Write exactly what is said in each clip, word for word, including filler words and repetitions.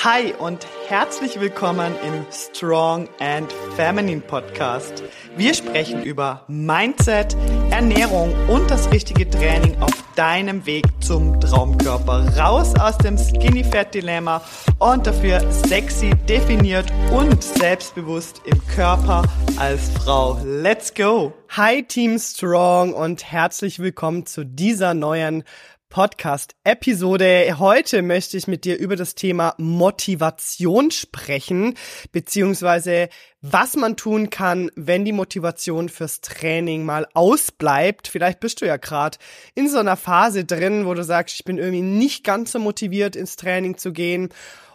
Hi und herzlich willkommen im Strong and Feminine Podcast. Wir sprechen über Mindset, Ernährung und das richtige Training auf deinem Weg zum Traumkörper. Raus aus dem Skinny Fat Dilemma und dafür sexy, definiert und selbstbewusst im Körper als Frau. Let's go! Hi Team Strong und herzlich willkommen zu dieser neuen Podcast-Episode. Heute möchte ich mit dir über das Thema Motivation sprechen, beziehungsweise was man tun kann, wenn die Motivation fürs Training mal ausbleibt. Vielleicht bist du ja gerade in so einer Phase drin, wo du sagst, ich bin irgendwie nicht ganz so motiviert, ins Training zu gehen.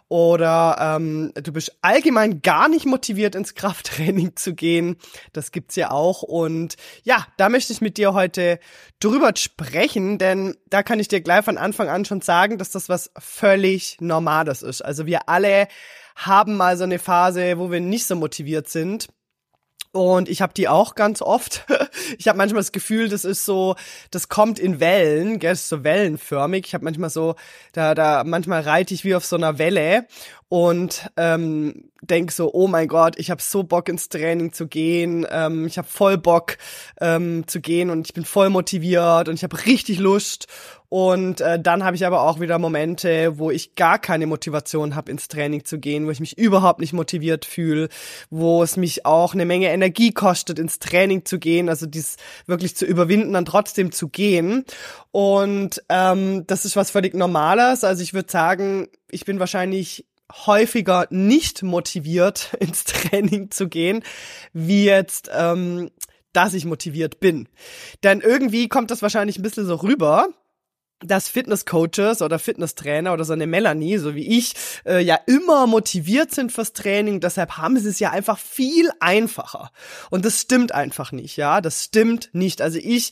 Oder ähm, du bist allgemein gar nicht motiviert, ins Krafttraining zu gehen. Das gibt's ja auch. Und ja, da möchte ich mit dir heute drüber sprechen, denn da kann ich dir gleich von Anfang an schon sagen, dass das was völlig Normales ist. Also wir alle haben mal so eine Phase, wo wir nicht so motiviert sind. Und ich habe die auch ganz oft. Ich habe manchmal das Gefühl, das ist so, das kommt in Wellen, gell, das ist so wellenförmig. Ich habe manchmal so, da, da, manchmal reite ich wie auf so einer Welle und ähm, denk so, oh mein Gott, ich habe so Bock ins Training zu gehen. Ähm, ich habe voll Bock ähm, zu gehen und ich bin voll motiviert und ich habe richtig Lust. Und äh, dann habe ich aber auch wieder Momente, wo ich gar keine Motivation habe, ins Training zu gehen, wo ich mich überhaupt nicht motiviert fühle, wo es mich auch eine Menge Energie kostet, ins Training zu gehen, also dies wirklich zu überwinden, dann trotzdem zu gehen. Und ähm, das ist was völlig Normales. Also ich würde sagen, ich bin wahrscheinlich häufiger nicht motiviert, ins Training zu gehen, wie jetzt ähm, dass ich motiviert bin. Denn irgendwie kommt das wahrscheinlich ein bisschen so rüber, dass Fitnesscoaches oder Fitnesstrainer oder so eine Melanie, so wie ich, äh, ja immer motiviert sind fürs Training. Deshalb haben sie es ja einfach viel einfacher. Und das stimmt einfach nicht, ja. Das stimmt nicht. Also ich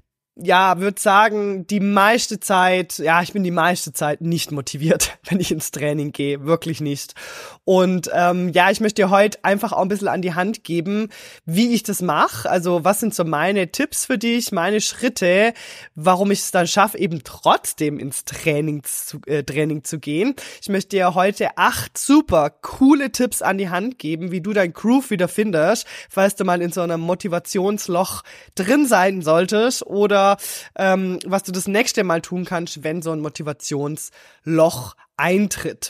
Ja, würde sagen, die meiste Zeit, ja, ich bin die meiste Zeit nicht motiviert, wenn ich ins Training gehe, wirklich nicht. Und ähm, ja, ich möchte dir heute einfach auch ein bisschen an die Hand geben, wie ich das mache. Also was sind so meine Tipps für dich, meine Schritte, warum ich es dann schaffe, eben trotzdem ins Training zu, äh, Training zu gehen. Ich möchte dir heute acht super coole Tipps an die Hand geben, wie du dein Groove wieder findest, falls du mal in so einem Motivationsloch drin sein solltest oder Ähm, was du das nächste Mal tun kannst, wenn so ein Motivationsloch eintritt.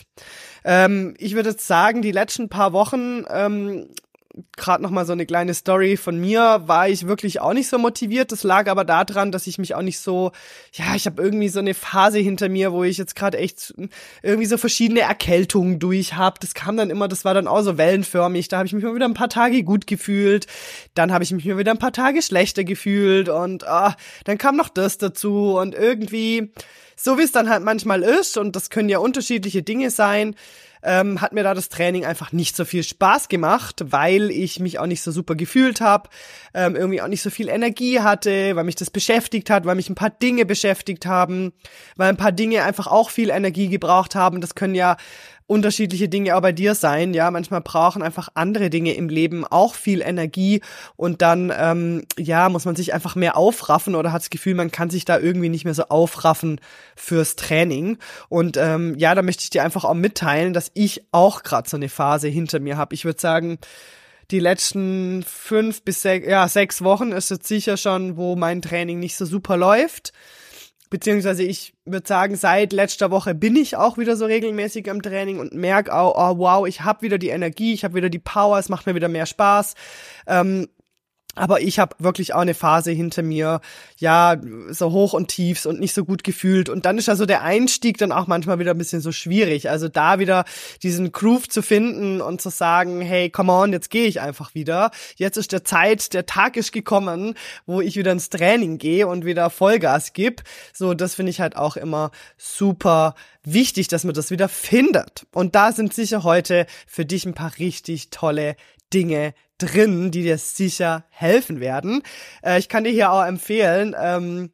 Ähm, ich würde jetzt sagen, die letzten paar Wochen, ähm, gerade nochmal so eine kleine Story von mir, war ich wirklich auch nicht so motiviert. Das lag aber daran, dass ich mich auch nicht so, ja, ich habe irgendwie so eine Phase hinter mir, wo ich jetzt gerade echt irgendwie so verschiedene Erkältungen durch habe. Das kam dann immer, das war dann auch so wellenförmig. Da habe ich mich mal wieder ein paar Tage gut gefühlt. Dann habe ich mich mal wieder ein paar Tage schlechter gefühlt und ah, dann kam noch das dazu und irgendwie, so wie es dann halt manchmal ist, und das können ja unterschiedliche Dinge sein, Ähm, hat mir da das Training einfach nicht so viel Spaß gemacht, weil ich mich auch nicht so super gefühlt habe, ähm, irgendwie auch nicht so viel Energie hatte, weil mich das beschäftigt hat, weil mich ein paar Dinge beschäftigt haben, weil ein paar Dinge einfach auch viel Energie gebraucht haben. Das können ja unterschiedliche Dinge auch bei dir sein, ja, manchmal brauchen einfach andere Dinge im Leben auch viel Energie und dann, ähm, ja, muss man sich einfach mehr aufraffen oder hat das Gefühl, man kann sich da irgendwie nicht mehr so aufraffen fürs Training und ähm, ja, da möchte ich dir einfach auch mitteilen, dass ich auch gerade so eine Phase hinter mir habe. Ich würde sagen, die letzten fünf bis sechs, ja, sechs Wochen ist jetzt sicher schon, wo mein Training nicht so super läuft. Beziehungsweise ich würde sagen, seit letzter Woche bin ich auch wieder so regelmäßig am Training und merke auch, oh wow, ich habe wieder die Energie, ich habe wieder die Power, es macht mir wieder mehr Spaß. Ähm, aber ich habe wirklich auch eine Phase hinter mir, ja, so hoch und tiefs und nicht so gut gefühlt. Und dann ist ja so der Einstieg dann auch manchmal wieder ein bisschen so schwierig. Also da wieder diesen Groove zu finden und zu sagen, hey, come on, jetzt gehe ich einfach wieder. Jetzt ist der Zeit, der Tag ist gekommen, wo ich wieder ins Training gehe und wieder Vollgas gebe. So, das finde ich halt auch immer super wichtig, dass man das wieder findet. Und da sind sicher heute für dich ein paar richtig tolle Dinge drin, die dir sicher helfen werden. Äh, ich kann dir hier auch empfehlen, ähm,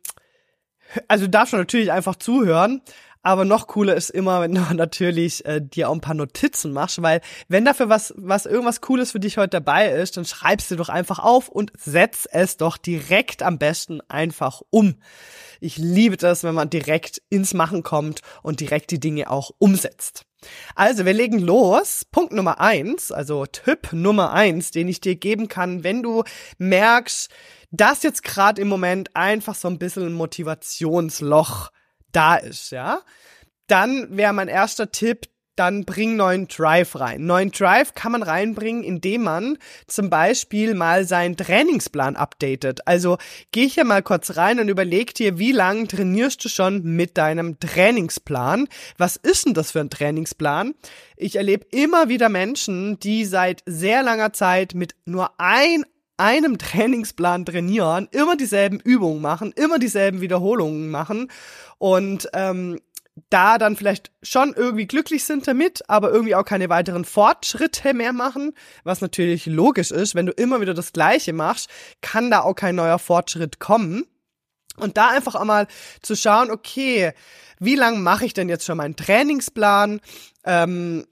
also du darfst natürlich einfach zuhören, aber noch cooler ist immer, wenn du natürlich äh, dir auch ein paar Notizen machst, weil wenn dafür was, was irgendwas Cooles für dich heute dabei ist, dann schreibst du doch einfach auf und setz es doch direkt am besten einfach um. Ich liebe das, wenn man direkt ins Machen kommt und direkt die Dinge auch umsetzt. Also, wir legen los. Punkt Nummer eins, also Tipp Nummer eins, den ich dir geben kann, wenn du merkst, dass jetzt gerade im Moment einfach so ein bisschen ein Motivationsloch da ist, ja, dann wäre mein erster Tipp, dann bring neuen Drive rein. Neuen Drive kann man reinbringen, indem man zum Beispiel mal seinen Trainingsplan updatet. Also geh hier mal kurz rein und überleg dir, wie lange trainierst du schon mit deinem Trainingsplan? Was ist denn das für ein Trainingsplan? Ich erlebe immer wieder Menschen, die seit sehr langer Zeit mit nur ein einem Trainingsplan trainieren, immer dieselben Übungen machen, immer dieselben Wiederholungen machen und ähm, da dann vielleicht schon irgendwie glücklich sind damit, aber irgendwie auch keine weiteren Fortschritte mehr machen, was natürlich logisch ist. Wenn du immer wieder das Gleiche machst, kann da auch kein neuer Fortschritt kommen. Und da einfach einmal zu schauen, okay, wie lange mache ich denn jetzt schon meinen Trainingsplan? Ähm,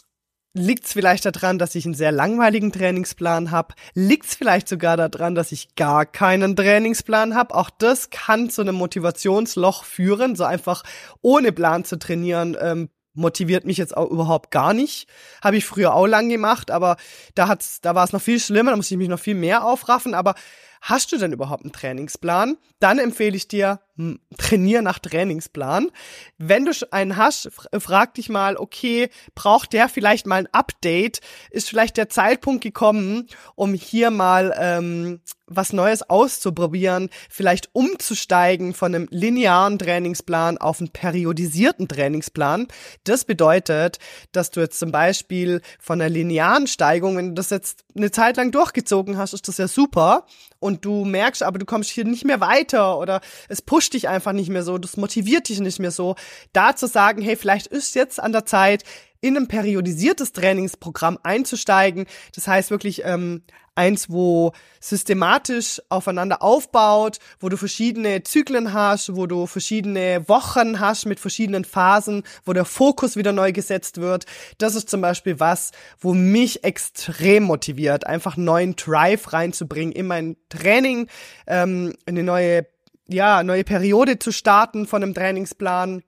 Liegt es vielleicht daran, dass ich einen sehr langweiligen Trainingsplan habe? Liegt es vielleicht sogar daran, dass ich gar keinen Trainingsplan habe? Auch das kann zu einem Motivationsloch führen. So einfach ohne Plan zu trainieren, ähm, motiviert mich jetzt auch überhaupt gar nicht. Habe ich früher auch lang gemacht, aber da hat's, da war es noch viel schlimmer, da musste ich mich noch viel mehr aufraffen. Aber hast du denn überhaupt einen Trainingsplan? Dann empfehle ich dir, hm, trainier nach Trainingsplan. Wenn du einen hast, frag dich mal, okay, braucht der vielleicht mal ein Update? Ist vielleicht der Zeitpunkt gekommen, um hier mal ähm, was Neues auszuprobieren, vielleicht umzusteigen von einem linearen Trainingsplan auf einen periodisierten Trainingsplan. Das bedeutet, dass du jetzt zum Beispiel von einer linearen Steigung, wenn du das jetzt eine Zeit lang durchgezogen hast, ist das ja super. Und du merkst, aber du kommst hier nicht mehr weiter oder es pusht dich einfach nicht mehr so, das motiviert dich nicht mehr so, da zu sagen, hey, vielleicht ist jetzt an der Zeit, in ein periodisiertes Trainingsprogramm einzusteigen. Das heißt wirklich ähm, eins, wo systematisch aufeinander aufbaut, wo du verschiedene Zyklen hast, wo du verschiedene Wochen hast mit verschiedenen Phasen, wo der Fokus wieder neu gesetzt wird. Das ist zum Beispiel was, wo mich extrem motiviert, einfach neuen Drive reinzubringen in mein Training, ähm, eine neue, ja, neue Periode zu starten von einem Trainingsplan.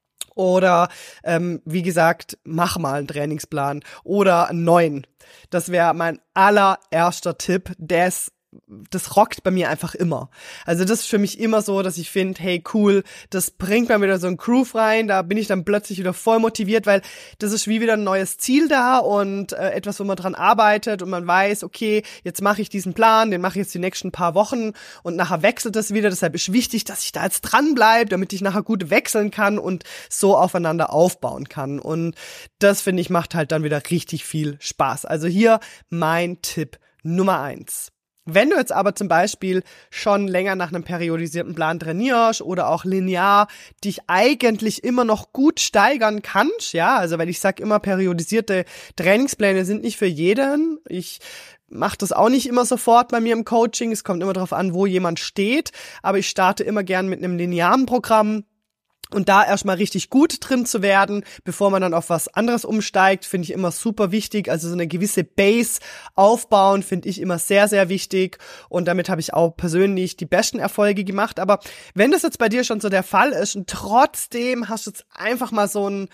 Oder, ähm, wie gesagt, mach mal einen Trainingsplan oder einen neuen. Das wäre mein allererster Tipp, der ist das rockt bei mir einfach immer. Also das ist für mich immer so, dass ich finde, hey cool, das bringt mir wieder so einen Groove rein, da bin ich dann plötzlich wieder voll motiviert, weil das ist wie wieder ein neues Ziel da und äh, etwas, wo man dran arbeitet und man weiß, okay, jetzt mache ich diesen Plan, den mache ich jetzt die nächsten paar Wochen und nachher wechselt das wieder, deshalb ist wichtig, dass ich da jetzt dran bleibe, damit ich nachher gut wechseln kann und so aufeinander aufbauen kann und das, finde ich, macht halt dann wieder richtig viel Spaß. Also hier mein Tipp Nummer eins. Wenn du jetzt aber zum Beispiel schon länger nach einem periodisierten Plan trainierst oder auch linear dich eigentlich immer noch gut steigern kannst, ja, also weil ich sag immer, periodisierte Trainingspläne sind nicht für jeden. Ich mache das auch nicht immer sofort bei mir im Coaching. Es kommt immer darauf an, wo jemand steht, aber ich starte immer gern mit einem linearen Programm. Und da erstmal richtig gut drin zu werden, bevor man dann auf was anderes umsteigt, finde ich immer super wichtig. Also so eine gewisse Base aufbauen, finde ich immer sehr, sehr wichtig. Und damit habe ich auch persönlich die besten Erfolge gemacht. Aber wenn das jetzt bei dir schon so der Fall ist und trotzdem hast du jetzt einfach mal so ein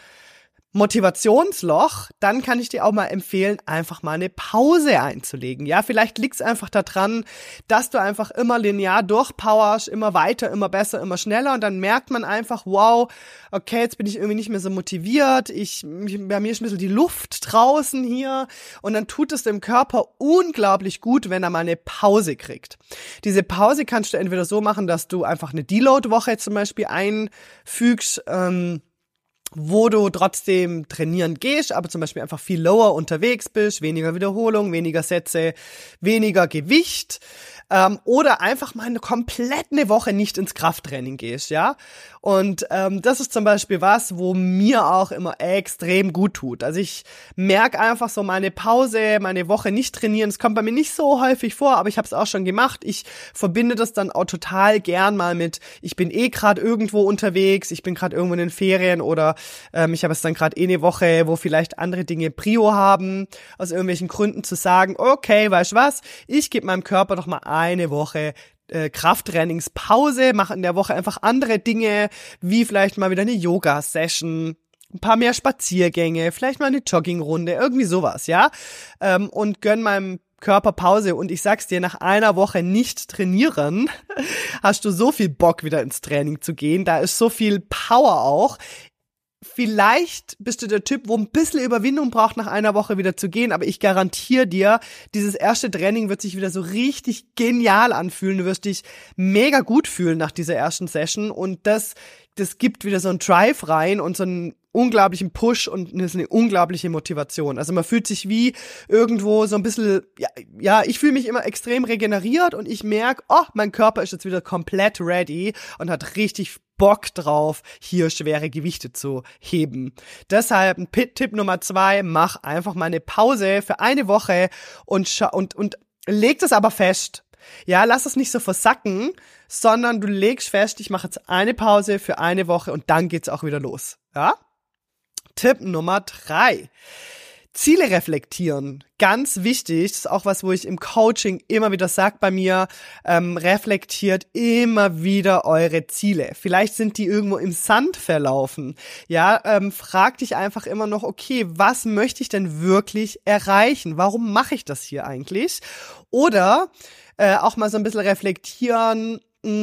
Motivationsloch, dann kann ich dir auch mal empfehlen, einfach mal eine Pause einzulegen. Ja, vielleicht liegt es einfach daran, dass du einfach immer linear durchpowerst, immer weiter, immer besser, immer schneller und dann merkt man einfach, wow, okay, jetzt bin ich irgendwie nicht mehr so motiviert, ich, bei mir ist ein bisschen die Luft draußen hier und dann tut es dem Körper unglaublich gut, wenn er mal eine Pause kriegt. Diese Pause kannst du entweder so machen, dass du einfach eine Deload-Woche zum Beispiel einfügst, ähm, wo du trotzdem trainieren gehst, aber zum Beispiel einfach viel lower unterwegs bist, weniger Wiederholung, weniger Sätze, weniger Gewicht, ähm, oder einfach mal eine komplett eine Woche nicht ins Krafttraining gehst, ja. Und ähm, das ist zum Beispiel was, wo mir auch immer extrem gut tut. Also ich merke einfach so meine Pause, meine Woche nicht trainieren, es kommt bei mir nicht so häufig vor, aber ich habe es auch schon gemacht. Ich verbinde das dann auch total gern mal mit, ich bin eh gerade irgendwo unterwegs, ich bin gerade irgendwo in den Ferien oder ähm, ich habe es dann gerade eh eine Woche, wo vielleicht andere Dinge Prio haben, aus irgendwelchen Gründen zu sagen, okay, weißt du was, ich gebe meinem Körper doch mal eine Woche äh, Krafttrainingspause, mache in der Woche einfach andere Dinge, wie vielleicht mal wieder eine Yoga-Session ein paar mehr Spaziergänge, vielleicht mal eine Joggingrunde, irgendwie sowas, ja, ähm, und gönn meinem Körper Pause. Und ich sag's dir, nach einer Woche nicht trainieren, hast du so viel Bock, wieder ins Training zu gehen. Da ist so viel Power auch. Vielleicht bist du der Typ, wo ein bisschen Überwindung braucht, nach einer Woche wieder zu gehen, aber ich garantiere dir, dieses erste Training wird sich wieder so richtig genial anfühlen. Du wirst dich mega gut fühlen nach dieser ersten Session und das, das gibt wieder so einen Drive rein und so einen unglaublichen Push und das ist eine unglaubliche Motivation. Also man fühlt sich wie irgendwo so ein bisschen, ja, ja ich fühle mich immer extrem regeneriert und ich merke, oh, mein Körper ist jetzt wieder komplett ready und hat richtig Bock drauf, hier schwere Gewichte zu heben. Deshalb ein Tipp Nummer zwei, mach einfach mal eine Pause für eine Woche und, scha- und, und leg das aber fest. Ja, lass es nicht so versacken, sondern du legst fest, ich mache jetzt eine Pause für eine Woche und dann geht's auch wieder los. Ja? Tipp Nummer drei. Ziele reflektieren. Ganz wichtig, das ist auch was, wo ich im Coaching immer wieder sage bei mir, ähm, reflektiert immer wieder eure Ziele. Vielleicht sind die irgendwo im Sand verlaufen. Ja, ähm, frag dich einfach immer noch, okay, was möchte ich denn wirklich erreichen? Warum mache ich das hier eigentlich? Oder äh, auch mal so ein bisschen reflektieren,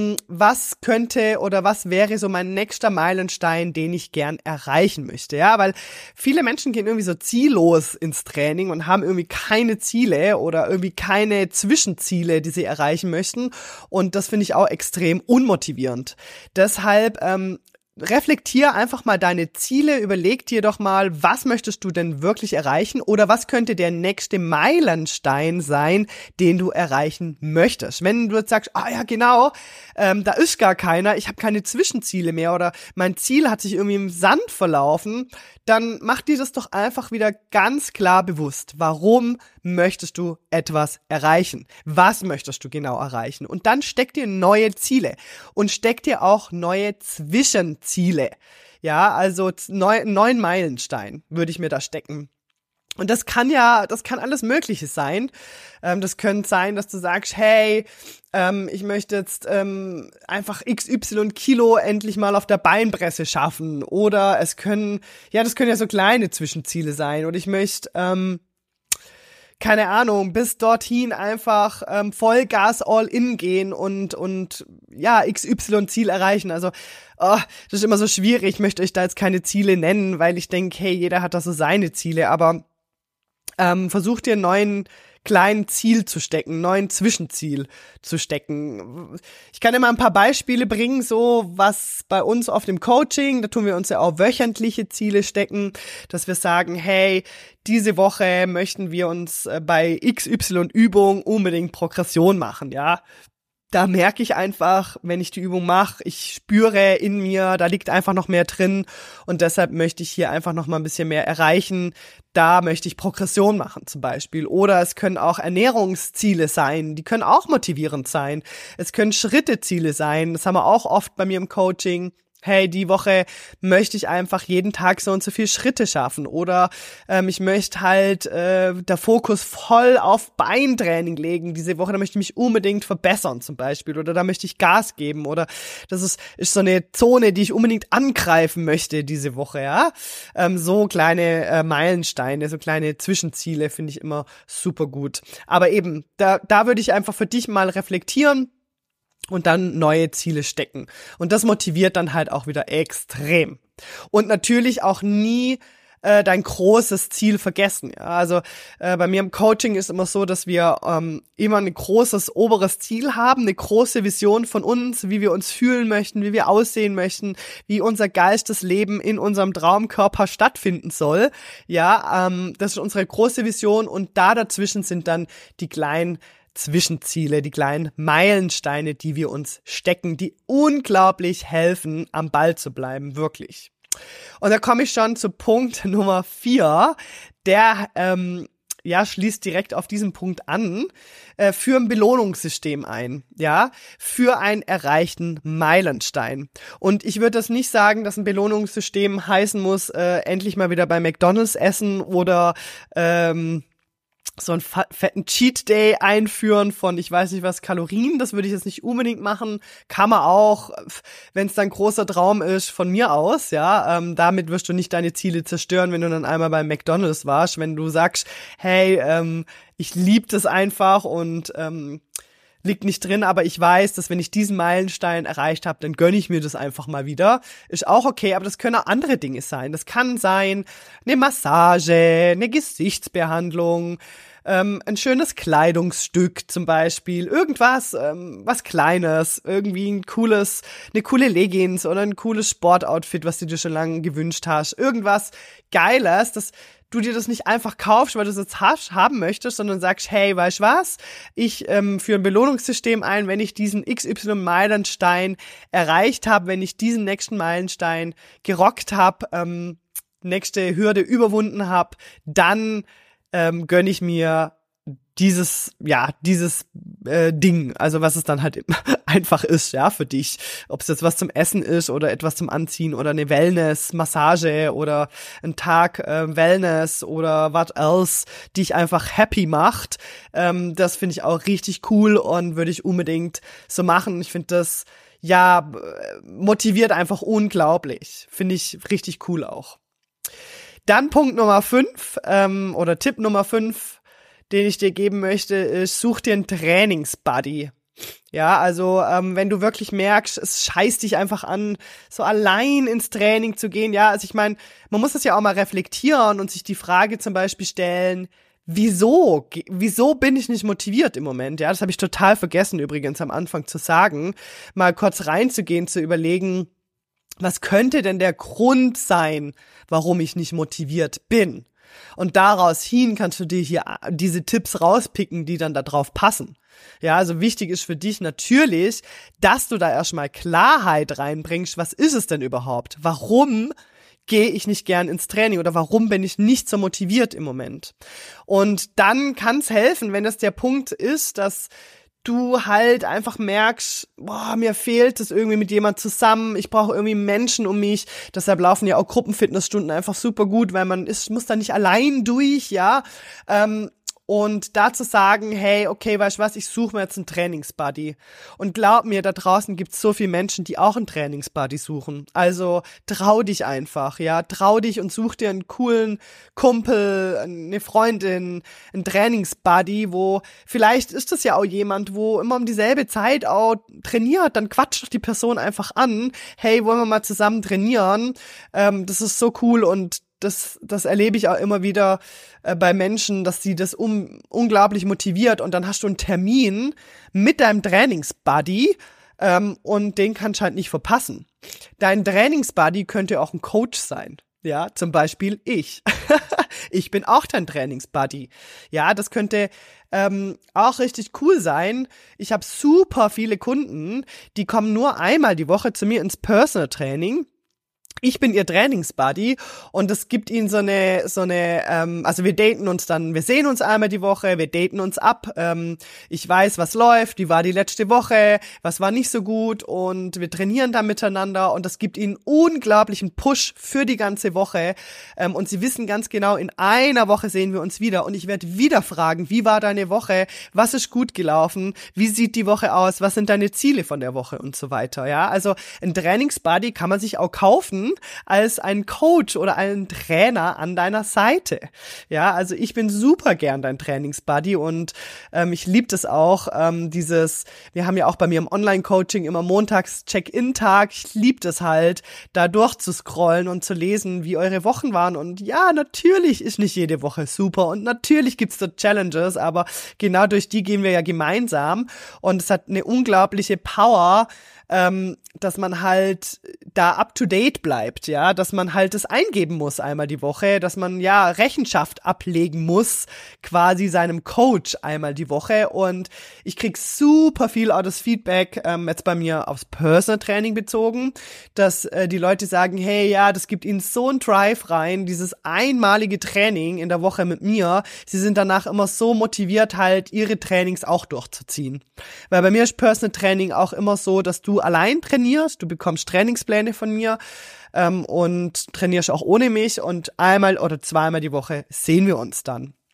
was könnte oder was wäre so mein nächster Meilenstein, den ich gern erreichen möchte, ja, weil viele Menschen gehen irgendwie so ziellos ins Training und haben irgendwie keine Ziele oder irgendwie keine Zwischenziele, die sie erreichen möchten und das finde ich auch extrem unmotivierend. Deshalb ähm, reflektier einfach mal deine Ziele, überleg dir doch mal, was möchtest du denn wirklich erreichen oder was könnte der nächste Meilenstein sein, den du erreichen möchtest. Wenn du jetzt sagst, ah ja genau, ähm, da ist gar keiner, ich habe keine Zwischenziele mehr oder mein Ziel hat sich irgendwie im Sand verlaufen, dann mach dir das doch einfach wieder ganz klar bewusst. Warum möchtest du etwas erreichen? Was möchtest du genau erreichen? Und dann steck dir neue Ziele und steck dir auch neue Zwischenziele. Ja, also neun, neun Meilenstein würde ich mir da stecken. Und das kann ja, das kann alles Mögliche sein. Ähm, das könnte sein, dass du sagst, hey, ähm, ich möchte jetzt ähm, einfach X Y Kilo endlich mal auf der Beinpresse schaffen. Oder es können, ja, das können ja so kleine Zwischenziele sein. Oder ich möchte, ähm, keine Ahnung, bis dorthin einfach ähm, Vollgas all in gehen und und ja, X Y Ziel erreichen. Also oh, das ist immer so schwierig. Ich möchte euch da jetzt keine Ziele nennen, weil ich denke, hey, jeder hat da so seine Ziele. Aber Ähm, versuch dir einen neuen kleinen Ziel zu stecken, neuen Zwischenziel zu stecken. Ich kann immer ein paar Beispiele bringen, so was bei uns auf dem Coaching, da tun wir uns ja auch wöchentliche Ziele stecken, dass wir sagen, hey, diese Woche möchten wir uns bei X Y Übung unbedingt Progression machen, ja. Da merke ich einfach, wenn ich die Übung mache, ich spüre in mir, da liegt einfach noch mehr drin und deshalb möchte ich hier einfach noch mal ein bisschen mehr erreichen. Da möchte ich Progression machen zum Beispiel. Oder es können auch Ernährungsziele sein, die können auch motivierend sein. Es können Schritteziele sein, das haben wir auch oft bei mir im Coaching. Hey, die Woche möchte ich einfach jeden Tag so und so viele Schritte schaffen oder ähm, ich möchte halt äh, der Fokus voll auf Beintraining legen diese Woche, da möchte ich mich unbedingt verbessern zum Beispiel oder da möchte ich Gas geben oder das ist, ist so eine Zone, die ich unbedingt angreifen möchte diese Woche, ja. Ähm, so kleine äh, Meilensteine, so kleine Zwischenziele finde ich immer super gut. Aber eben, da, da würde ich einfach für dich mal reflektieren, und dann neue Ziele stecken. Und das motiviert dann halt auch wieder extrem. Und natürlich auch nie äh, dein großes Ziel vergessen. Ja? Also äh, bei mir im Coaching ist immer so, dass wir ähm, immer ein großes oberes Ziel haben, eine große Vision von uns, wie wir uns fühlen möchten, wie wir aussehen möchten, wie unser geistes Leben in unserem Traumkörper stattfinden soll. Ja, ähm, das ist unsere große Vision und da dazwischen sind dann die kleinen Zwischenziele, die kleinen Meilensteine, die wir uns stecken, die unglaublich helfen, am Ball zu bleiben, wirklich. Und da komme ich schon zu Punkt Nummer vier, der ähm, ja schließt direkt auf diesen Punkt an, äh, für ein Belohnungssystem ein, ja, für einen erreichten Meilenstein. Und ich würde das nicht sagen, dass ein Belohnungssystem heißen muss, äh, endlich mal wieder bei McDonald's essen oder ähm, so einen fetten Cheat Day einführen von, ich weiß nicht was, Kalorien, das würde ich jetzt nicht unbedingt machen, kann man auch, wenn es dann großer Traum ist, von mir aus, ja, ähm, damit wirst du nicht deine Ziele zerstören, wenn du dann einmal beim McDonald's warst, wenn du sagst, hey, ähm, ich liebe das einfach und ähm, liegt nicht drin, aber ich weiß, dass wenn ich diesen Meilenstein erreicht habe, dann gönne ich mir das einfach mal wieder. Ist auch okay, aber das können auch andere Dinge sein. Das kann sein eine Massage, eine Gesichtsbehandlung, ähm, ein schönes Kleidungsstück zum Beispiel, irgendwas, ähm, was Kleines, irgendwie ein cooles, eine coole Leggings oder ein cooles Sportoutfit, was du dir schon lange gewünscht hast. Irgendwas Geiles, das du dir das nicht einfach kaufst, weil du es jetzt hast, haben möchtest, sondern sagst, hey, weißt was, ich ähm, führe ein Belohnungssystem ein, wenn ich diesen X Y-Meilenstein erreicht habe, wenn ich diesen nächsten Meilenstein gerockt habe, ähm, nächste Hürde überwunden habe, dann ähm, gönne ich mir dieses, ja, dieses äh, Ding, also was es dann halt einfach ist, ja, für dich. Ob es jetzt was zum Essen ist oder etwas zum Anziehen oder eine Wellness-Massage oder ein Tag äh, Wellness oder what else, die dich einfach happy macht. Ähm, das finde ich auch richtig cool und würde ich unbedingt so machen. Ich finde das, ja, motiviert einfach unglaublich. Finde ich richtig cool auch. Dann Punkt Nummer fünf, ähm, oder Tipp Nummer fünf, den ich dir geben möchte, ist, such dir einen Trainingsbuddy. Ja, also ähm, wenn du wirklich merkst, es scheißt dich einfach an, so allein ins Training zu gehen. Ja, also ich meine, man muss das ja auch mal reflektieren und sich die Frage zum Beispiel stellen, wieso? Wieso bin ich nicht motiviert im Moment? Ja, das habe ich total vergessen übrigens am Anfang zu sagen, mal kurz reinzugehen, zu überlegen, was könnte denn der Grund sein, warum ich nicht motiviert bin? Und daraus hin kannst du dir hier diese Tipps rauspicken, die dann da drauf passen. Ja, also wichtig ist für dich natürlich, dass du da erstmal Klarheit reinbringst. Was ist es denn überhaupt? Warum gehe ich nicht gern ins Training oder warum bin ich nicht so motiviert im Moment? Und dann kann es helfen, wenn das der Punkt ist, dass du halt einfach merkst, boah, mir fehlt es irgendwie mit jemand zusammen, ich brauche irgendwie Menschen um mich, deshalb laufen ja auch Gruppenfitnessstunden einfach super gut, weil man ist, muss da nicht allein durch, ja, ähm, und da zu sagen, hey, okay, weißt du was, ich suche mir jetzt einen Trainingsbuddy. Und glaub mir, da draußen gibt's so viele Menschen, die auch einen Trainingsbuddy suchen. Also trau dich einfach, ja, trau dich und such dir einen coolen Kumpel, eine Freundin, einen Trainingsbuddy, wo vielleicht ist das ja auch jemand, wo immer um dieselbe Zeit auch trainiert, dann quatscht doch die Person einfach an, hey, wollen wir mal zusammen trainieren? Ähm, das ist so cool und Das, das erlebe ich auch immer wieder äh, bei Menschen, dass sie das um, unglaublich motiviert und dann hast du einen Termin mit deinem Trainingsbuddy ähm, und den kannst du halt nicht verpassen. Dein Trainingsbuddy könnte auch ein Coach sein. Ja, zum Beispiel ich. Ich bin auch dein Trainingsbuddy. Ja, das könnte ähm, auch richtig cool sein. Ich habe super viele Kunden, die kommen nur einmal die Woche zu mir ins Personal Training. Ich bin ihr Trainingsbuddy und es gibt ihnen so eine, so eine, ähm, also wir daten uns dann, wir sehen uns einmal die Woche, wir daten uns ab, ähm, ich weiß, was läuft, wie war die letzte Woche, was war nicht so gut und wir trainieren dann miteinander und das gibt ihnen unglaublichen Push für die ganze Woche ähm, und sie wissen ganz genau, in einer Woche sehen wir uns wieder und ich werde wieder fragen, wie war deine Woche, was ist gut gelaufen, wie sieht die Woche aus, was sind deine Ziele von der Woche und so weiter, ja, also ein Trainingsbuddy kann man sich auch kaufen, als ein Coach oder einen Trainer an deiner Seite. Ja, also ich bin super gern dein Trainingsbuddy und ähm, ich liebe das auch, ähm, dieses, wir haben ja auch bei mir im Online-Coaching immer montags Check-in-Tag, ich liebe das halt, da durchzuscrollen und zu lesen, wie eure Wochen waren und ja, natürlich ist nicht jede Woche super und natürlich gibt's da Challenges, aber genau durch die gehen wir ja gemeinsam und es hat eine unglaubliche Power, ähm, dass man halt da up to date bleibt, ja, dass man halt das eingeben muss einmal die Woche, dass man ja Rechenschaft ablegen muss, quasi seinem Coach einmal die Woche und ich krieg super viel auch das Feedback, ähm, jetzt bei mir aufs Personal Training bezogen, dass äh, die Leute sagen, hey, ja, das gibt ihnen so einen Drive rein, dieses einmalige Training in der Woche mit mir, sie sind danach immer so motiviert halt, ihre Trainings auch durchzuziehen, weil bei mir ist Personal Training auch immer so, dass du allein trainierst, du bekommst Trainingspläne von mir ähm, und trainierst auch ohne mich und einmal oder zweimal die Woche sehen wir uns dann.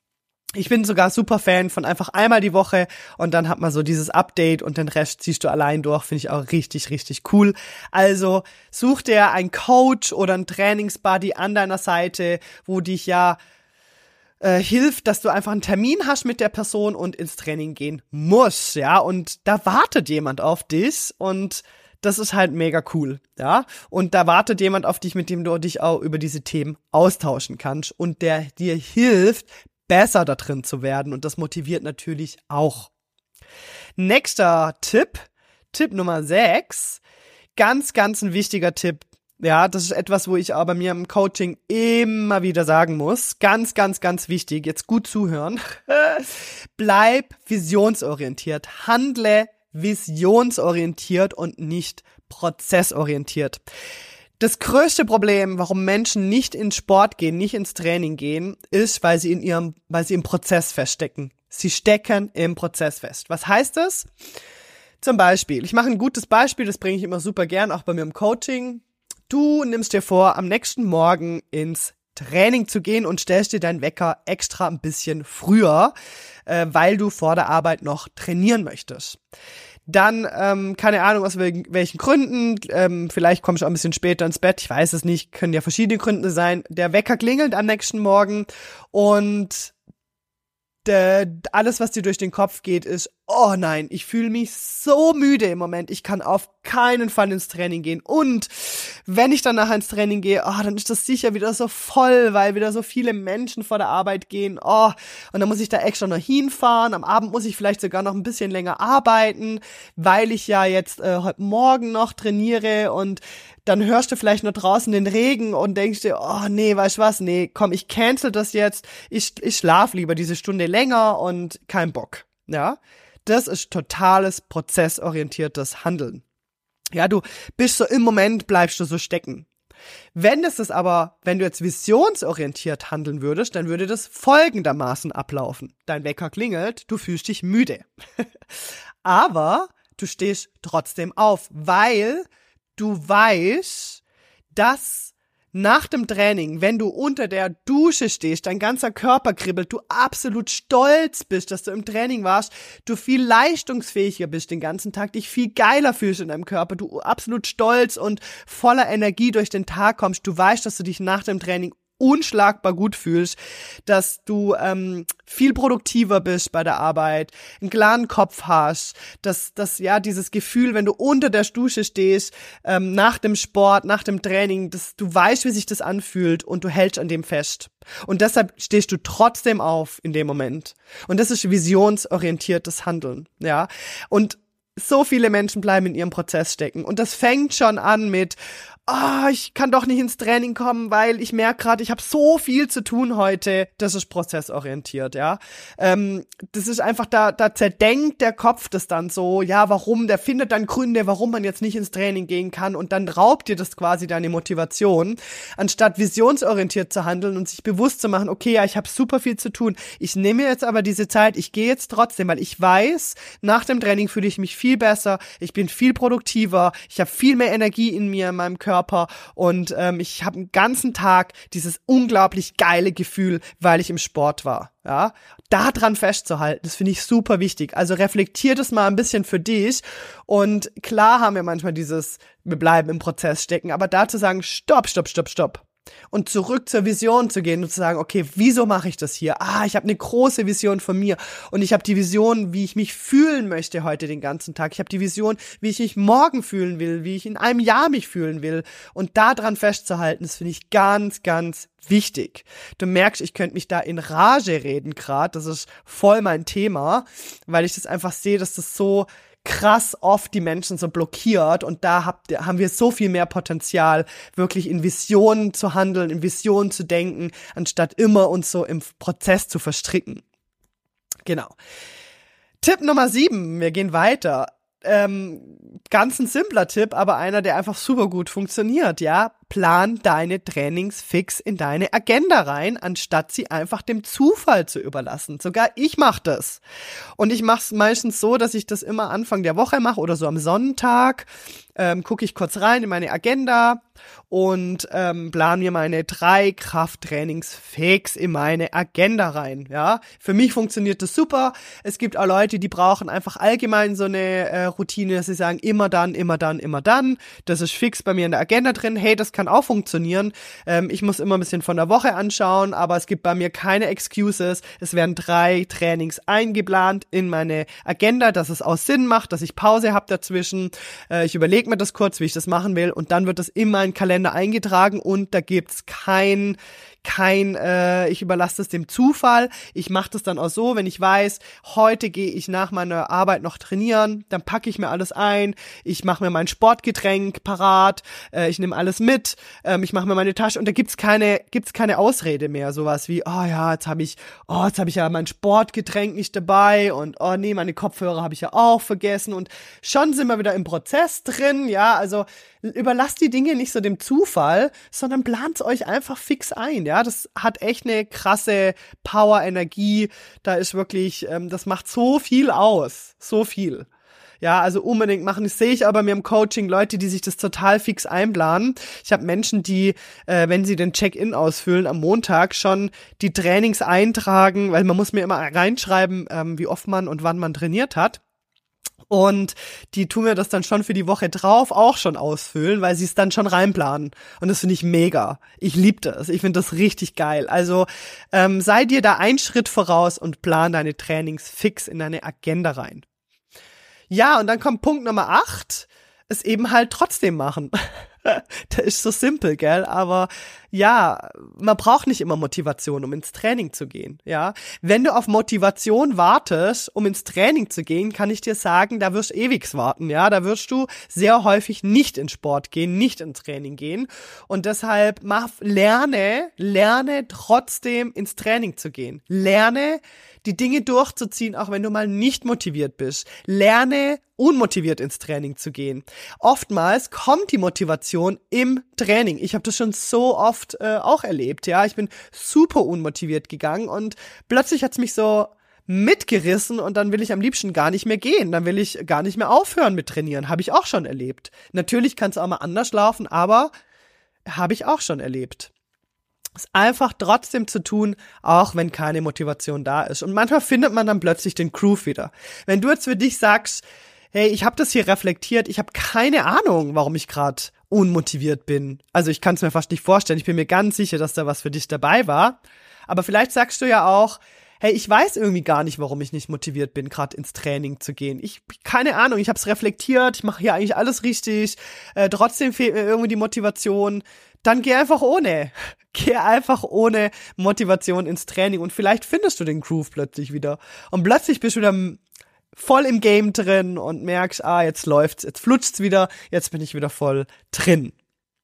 Ich bin sogar super Fan von einfach einmal die Woche und dann hat man so dieses Update und den Rest ziehst du allein durch, finde ich auch richtig, richtig cool. Also such dir einen Coach oder einen Trainingsbuddy an deiner Seite, wo dich ja äh, hilft, dass du einfach einen Termin hast mit der Person und ins Training gehen musst, ja, und da wartet jemand auf dich und das ist halt mega cool, ja, und da wartet jemand auf dich, mit dem du dich auch über diese Themen austauschen kannst und der dir hilft, besser da drin zu werden und das motiviert natürlich auch. Nächster Tipp, Tipp Nummer sechs, ganz, ganz ein wichtiger Tipp. Ja, das ist etwas, wo ich aber mir im Coaching immer wieder sagen muss. Ganz, ganz, ganz wichtig. Jetzt gut zuhören. Bleib visionsorientiert. Handle visionsorientiert und nicht prozessorientiert. Das größte Problem, warum Menschen nicht in Sport gehen, nicht ins Training gehen, ist, weil sie in ihrem, weil sie im Prozess feststecken. Sie stecken im Prozess fest. Was heißt das? Zum Beispiel, ich mache ein gutes Beispiel, das bringe ich immer super gern, auch bei mir im Coaching. Du nimmst dir vor, am nächsten Morgen ins Training zu gehen und stellst dir deinen Wecker extra ein bisschen früher, äh, weil du vor der Arbeit noch trainieren möchtest. Dann, ähm, keine Ahnung, aus wel- welchen Gründen, ähm, vielleicht kommst du auch ein bisschen später ins Bett, ich weiß es nicht, können ja verschiedene Gründe sein. Der Wecker klingelt am nächsten Morgen und de, alles, was dir durch den Kopf geht, ist, oh nein, ich fühle mich so müde im Moment, ich kann auf keinen Fall ins Training gehen. Und wenn ich dann nachher ins Training gehe, oh, dann ist das sicher wieder so voll, weil wieder so viele Menschen vor der Arbeit gehen. Oh, und dann muss ich da extra noch hinfahren. Am Abend muss ich vielleicht sogar noch ein bisschen länger arbeiten, weil ich ja jetzt äh, heute Morgen noch trainiere und dann hörst du vielleicht noch draußen den Regen und denkst dir, oh nee, weißt du was, nee, komm, ich cancel das jetzt, ich, ich schlaf lieber diese Stunde länger und kein Bock, ja. Das ist totales prozessorientiertes Handeln. Ja, du bist so im Moment, bleibst du so stecken. Wenn das ist aber, wenn du jetzt visionsorientiert handeln würdest, dann würde das folgendermaßen ablaufen. Dein Wecker klingelt, du fühlst dich müde. Aber du stehst trotzdem auf, weil du weißt, dass nach dem Training, wenn du unter der Dusche stehst, dein ganzer Körper kribbelt, du absolut stolz bist, dass du im Training warst, du viel leistungsfähiger bist den ganzen Tag, dich viel geiler fühlst in deinem Körper, du absolut stolz und voller Energie durch den Tag kommst, du weißt, dass du dich nach dem Training unschlagbar gut fühlst, dass du ähm, viel produktiver bist bei der Arbeit, einen klaren Kopf hast, dass dass ja dieses Gefühl, wenn du unter der Dusche stehst, ähm, nach dem Sport, nach dem Training, dass du weißt, wie sich das anfühlt und du hältst an dem fest. Und deshalb stehst du trotzdem auf in dem Moment. Und das ist visionsorientiertes Handeln, ja. Und so viele Menschen bleiben in ihrem Prozess stecken. Und das fängt schon an mit, ah, oh, ich kann doch nicht ins Training kommen, weil ich merke gerade, ich habe so viel zu tun heute. Das ist prozessorientiert, ja. Ähm, das ist einfach, da, da zerdenkt der Kopf das dann so, ja, warum, der findet dann Gründe, warum man jetzt nicht ins Training gehen kann und dann raubt dir das quasi deine Motivation, anstatt visionsorientiert zu handeln und sich bewusst zu machen, okay, ja, ich habe super viel zu tun. Ich nehme jetzt aber diese Zeit, ich gehe jetzt trotzdem, weil ich weiß, nach dem Training fühle ich mich viel besser, ich bin viel produktiver, ich habe viel mehr Energie in mir, in meinem Körper und ähm, ich habe den ganzen Tag dieses unglaublich geile Gefühl, weil ich im Sport war. Ja, da dran festzuhalten, das finde ich super wichtig. Also reflektier das mal ein bisschen für dich und klar haben wir manchmal dieses, wir bleiben im Prozess stecken, aber da zu sagen, stopp, stopp, stopp, stopp. Und zurück zur Vision zu gehen und zu sagen, okay, wieso mache ich das hier? Ah, ich habe eine große Vision von mir und ich habe die Vision, wie ich mich fühlen möchte heute den ganzen Tag. Ich habe die Vision, wie ich mich morgen fühlen will, wie ich in einem Jahr mich fühlen will. Und da dran festzuhalten, das finde ich ganz, ganz wichtig. Du merkst, ich könnte mich da in Rage reden gerade. Das ist voll mein Thema, weil ich das einfach sehe, dass das so krass oft die Menschen so blockiert und da habt, haben wir so viel mehr Potenzial, wirklich in Visionen zu handeln, in Visionen zu denken, anstatt immer uns so im Prozess zu verstricken. Genau. Tipp Nummer sieben, wir gehen weiter. Ähm, ganz ein simpler Tipp, aber einer, der einfach super gut funktioniert, ja. plan deine Trainings fix in deine Agenda rein, anstatt sie einfach dem Zufall zu überlassen. Sogar ich mache das. Und ich mache es meistens so, dass ich das immer Anfang der Woche mache oder so am Sonntag. Ähm, gucke ich kurz rein in meine Agenda und ähm, plan mir meine drei Krafttrainings fix in meine Agenda rein. Ja, für mich funktioniert das super. Es gibt auch Leute, die brauchen einfach allgemein so eine äh, Routine, dass sie sagen, immer dann, immer dann, immer dann. Das ist fix bei mir in der Agenda drin. Hey, das kann auch funktionieren. Ähm, ich muss immer ein bisschen von der Woche anschauen, aber es gibt bei mir keine Excuses. Es werden drei Trainings eingeplant in meine Agenda, dass es auch Sinn macht, dass ich Pause habe dazwischen. Äh, ich überlege mir das kurz, wie ich das machen will, und dann wird das in meinen Kalender eingetragen und da gibt's kein kein, äh, ich überlasse das dem Zufall. Ich mache das dann auch so, wenn ich weiß, heute gehe ich nach meiner Arbeit noch trainieren, dann packe ich mir alles ein, ich mache mir mein Sportgetränk parat, äh, ich nehme alles mit, ähm, ich mache mir meine Tasche und da gibt's keine gibt's keine Ausrede mehr, sowas wie, oh ja, jetzt habe ich, oh, jetzt habe ich ja mein Sportgetränk nicht dabei und oh nee, meine Kopfhörer habe ich ja auch vergessen und schon sind wir wieder im Prozess drin, ja, also überlasst die Dinge nicht so dem Zufall, sondern plant euch einfach fix ein, ja, das hat echt eine krasse Power, Energie, da ist wirklich, ähm, das macht so viel aus, so viel. Ja, also unbedingt machen. Das sehe ich aber mir im Coaching, Leute, die sich das total fix einplanen. Ich habe Menschen, die, äh, wenn sie den Check-in ausfüllen am Montag, schon die Trainings eintragen, weil man muss mir immer reinschreiben, ähm, wie oft man und wann man trainiert hat. Und die tun mir das dann schon für die Woche drauf auch schon ausfüllen, weil sie es dann schon reinplanen. Und das finde ich mega. Ich liebe das. Ich finde das richtig geil. Also ähm, sei dir da einen Schritt voraus und plan deine Trainings fix in deine Agenda rein. Ja, und dann kommt Punkt Nummer acht, es eben halt trotzdem machen. Das ist so simpel, gell? Aber ja, man braucht nicht immer Motivation, um ins Training zu gehen, ja? Wenn du auf Motivation wartest, um ins Training zu gehen, kann ich dir sagen, da wirst du ewig warten, ja? Da wirst du sehr häufig nicht in Sport gehen, nicht ins Training gehen. Und deshalb mach, lerne, lerne trotzdem ins Training zu gehen. Lerne, die Dinge durchzuziehen, auch wenn du mal nicht motiviert bist. Lerne, unmotiviert ins Training zu gehen. Oftmals kommt die Motivation im Training. Ich habe das schon so oft äh, auch erlebt, ja. Ich bin super unmotiviert gegangen und plötzlich hat's mich so mitgerissen und dann will ich am liebsten gar nicht mehr gehen. Dann will ich gar nicht mehr aufhören mit Trainieren. Habe ich auch schon erlebt. Natürlich kann es auch mal anders laufen, aber habe ich auch schon erlebt. Es einfach trotzdem zu tun, auch wenn keine Motivation da ist. Und manchmal findet man dann plötzlich den Groove wieder. Wenn du jetzt für dich sagst, hey, ich habe das hier reflektiert, ich habe keine Ahnung, warum ich gerade unmotiviert bin. Also ich kann es mir fast nicht vorstellen. Ich bin mir ganz sicher, dass da was für dich dabei war. Aber vielleicht sagst du ja auch, hey, ich weiß irgendwie gar nicht, warum ich nicht motiviert bin, gerade ins Training zu gehen. Ich, keine Ahnung, ich habe es reflektiert, ich mache hier eigentlich alles richtig, äh, trotzdem fehlt mir irgendwie die Motivation. Dann geh einfach ohne. Geh einfach ohne Motivation ins Training und vielleicht findest du den Groove plötzlich wieder. Und plötzlich bist du wieder voll im Game drin und merkst, ah, jetzt läuft's, jetzt flutscht's wieder, jetzt bin ich wieder voll drin.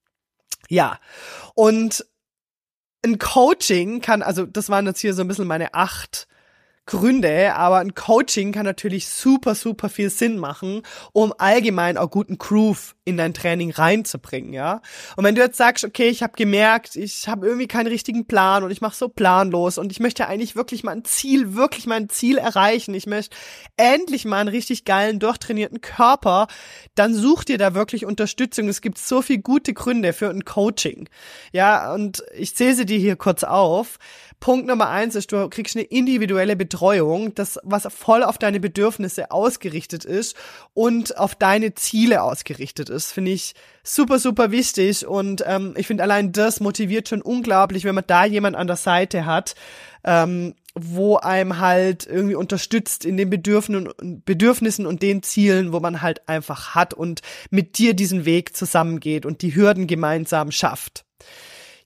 Ja, und ein Coaching kann, also das waren jetzt hier so ein bisschen meine acht Gründe, aber ein Coaching kann natürlich super, super viel Sinn machen, um allgemein auch guten Groove in dein Training reinzubringen, ja. Und wenn du jetzt sagst, okay, ich habe gemerkt, ich habe irgendwie keinen richtigen Plan und ich mache so planlos und ich möchte eigentlich wirklich mein Ziel, wirklich mein Ziel erreichen, ich möchte endlich mal einen richtig geilen, durchtrainierten Körper, dann such dir da wirklich Unterstützung. Es gibt so viele gute Gründe für ein Coaching, ja, und ich zähle sie dir hier kurz auf. Punkt Nummer eins ist, du kriegst eine individuelle Betreuung, das, was voll auf deine Bedürfnisse ausgerichtet ist und auf deine Ziele ausgerichtet ist, finde ich super, super wichtig und ähm, ich finde allein das motiviert schon unglaublich, wenn man da jemand an der Seite hat, ähm, wo einem halt irgendwie unterstützt in den Bedürfnissen, Bedürfnissen und den Zielen, wo man halt einfach hat und mit dir diesen Weg zusammengeht und die Hürden gemeinsam schafft.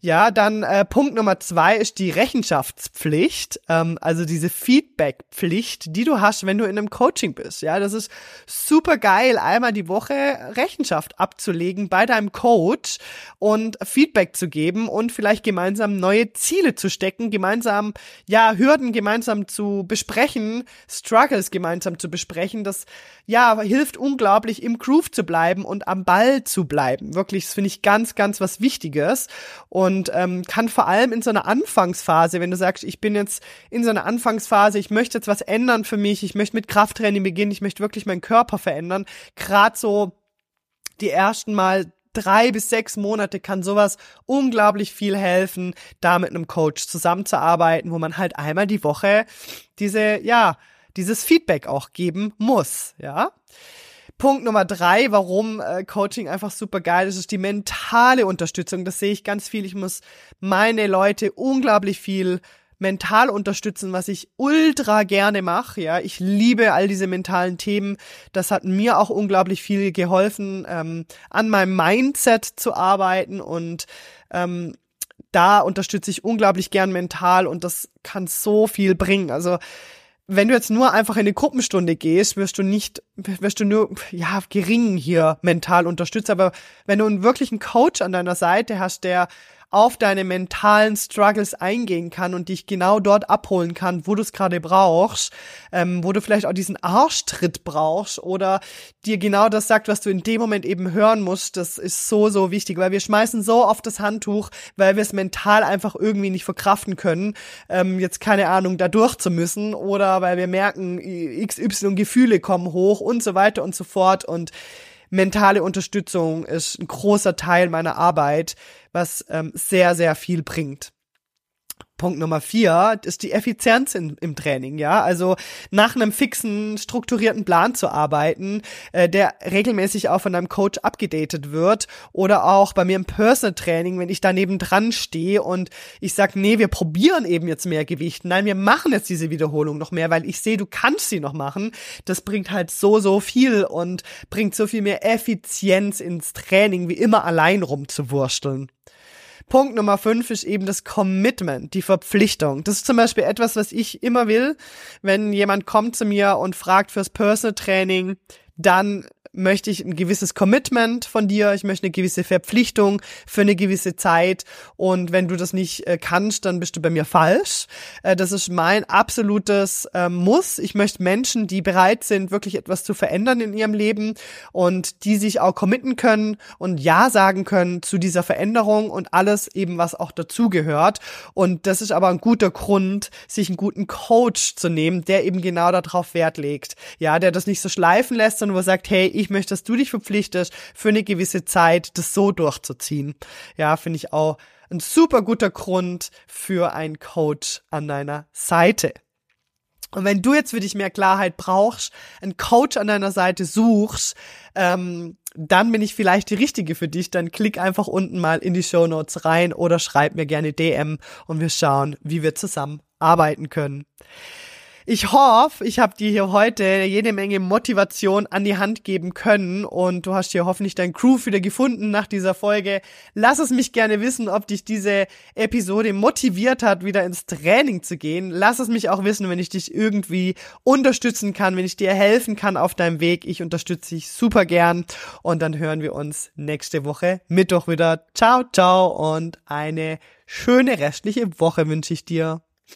Ja, dann äh, Punkt Nummer zwei ist die Rechenschaftspflicht, ähm, also diese Feedbackpflicht, die du hast, wenn du in einem Coaching bist. Ja, das ist super geil, einmal die Woche Rechenschaft abzulegen bei deinem Coach und Feedback zu geben und vielleicht gemeinsam neue Ziele zu stecken, gemeinsam, ja, Hürden gemeinsam zu besprechen, Struggles gemeinsam zu besprechen. Das, ja, hilft unglaublich, im Groove zu bleiben und am Ball zu bleiben. Wirklich, das finde ich ganz, ganz was Wichtiges. Und Und ähm, kann vor allem in so einer Anfangsphase, wenn du sagst, ich bin jetzt in so einer Anfangsphase, ich möchte jetzt was ändern für mich, ich möchte mit Krafttraining beginnen, ich möchte wirklich meinen Körper verändern, gerade so die ersten Mal drei bis sechs Monate kann sowas unglaublich viel helfen, da mit einem Coach zusammenzuarbeiten, wo man halt einmal die Woche diese, ja, dieses Feedback auch geben muss, ja. Punkt Nummer drei, warum äh, Coaching einfach super geil ist, ist die mentale Unterstützung. Das sehe ich ganz viel. Ich muss meine Leute unglaublich viel mental unterstützen, was ich ultra gerne mache. Ja, ich liebe all diese mentalen Themen. Das hat mir auch unglaublich viel geholfen, ähm, an meinem Mindset zu arbeiten und ähm, da unterstütze ich unglaublich gern mental und das kann so viel bringen. Also wenn du jetzt nur einfach in eine Gruppenstunde gehst, wirst du nicht, wirst du nur, ja, gering hier mental unterstützt. Aber wenn du einen wirklichen Coach an deiner Seite hast, der auf deine mentalen Struggles eingehen kann und dich genau dort abholen kann, wo du es gerade brauchst, ähm, wo du vielleicht auch diesen Arschtritt brauchst oder dir genau das sagt, was du in dem Moment eben hören musst, das ist so, so wichtig, weil wir schmeißen so oft das Handtuch, weil wir es mental einfach irgendwie nicht verkraften können, ähm, jetzt keine Ahnung, da durch zu müssen oder weil wir merken, X Y Gefühle kommen hoch und so weiter und so fort und mentale Unterstützung ist ein großer Teil meiner Arbeit, was ähm, sehr, sehr viel bringt. Punkt Nummer vier ist die Effizienz in, im Training, ja, also nach einem fixen, strukturierten Plan zu arbeiten, äh, der regelmäßig auch von einem Coach abgedatet wird oder auch bei mir im Personal Training, wenn ich da nebendran stehe und ich sag, nee, wir probieren eben jetzt mehr Gewicht, nein, wir machen jetzt diese Wiederholung noch mehr, weil ich sehe, du kannst sie noch machen, das bringt halt so, so viel und bringt so viel mehr Effizienz ins Training, wie immer allein rumzuwursteln. Punkt Nummer fünf ist eben das Commitment, die Verpflichtung. Das ist zum Beispiel etwas, was ich immer will, wenn jemand kommt zu mir und fragt fürs Personal Training, dann möchte ich ein gewisses Commitment von dir, ich möchte eine gewisse Verpflichtung für eine gewisse Zeit und wenn du das nicht äh, kannst, dann bist du bei mir falsch. Äh, das ist mein absolutes äh, Muss. Ich möchte Menschen, die bereit sind, wirklich etwas zu verändern in ihrem Leben und die sich auch committen können und Ja sagen können zu dieser Veränderung und alles eben, was auch dazugehört. Und das ist aber ein guter Grund, sich einen guten Coach zu nehmen, der eben genau darauf Wert legt. Ja, der das nicht so schleifen lässt, sondern wo er sagt, hey, ich möchte, dass du dich verpflichtest, für eine gewisse Zeit das so durchzuziehen. Ja, finde ich auch ein super guter Grund für einen Coach an deiner Seite. Und wenn du jetzt für dich mehr Klarheit brauchst, einen Coach an deiner Seite suchst, ähm, dann bin ich vielleicht die Richtige für dich. Dann klick einfach unten mal in die Shownotes rein oder schreib mir gerne D M und wir schauen, wie wir zusammen arbeiten können. Ich hoffe, ich habe dir hier heute jede Menge Motivation an die Hand geben können und du hast hier hoffentlich dein Groove wieder gefunden nach dieser Folge. Lass es mich gerne wissen, ob dich diese Episode motiviert hat, wieder ins Training zu gehen. Lass es mich auch wissen, wenn ich dich irgendwie unterstützen kann, wenn ich dir helfen kann auf deinem Weg. Ich unterstütze dich super gern und dann hören wir uns nächste Woche Mittwoch wieder. Ciao, ciao und eine schöne restliche Woche wünsche ich dir.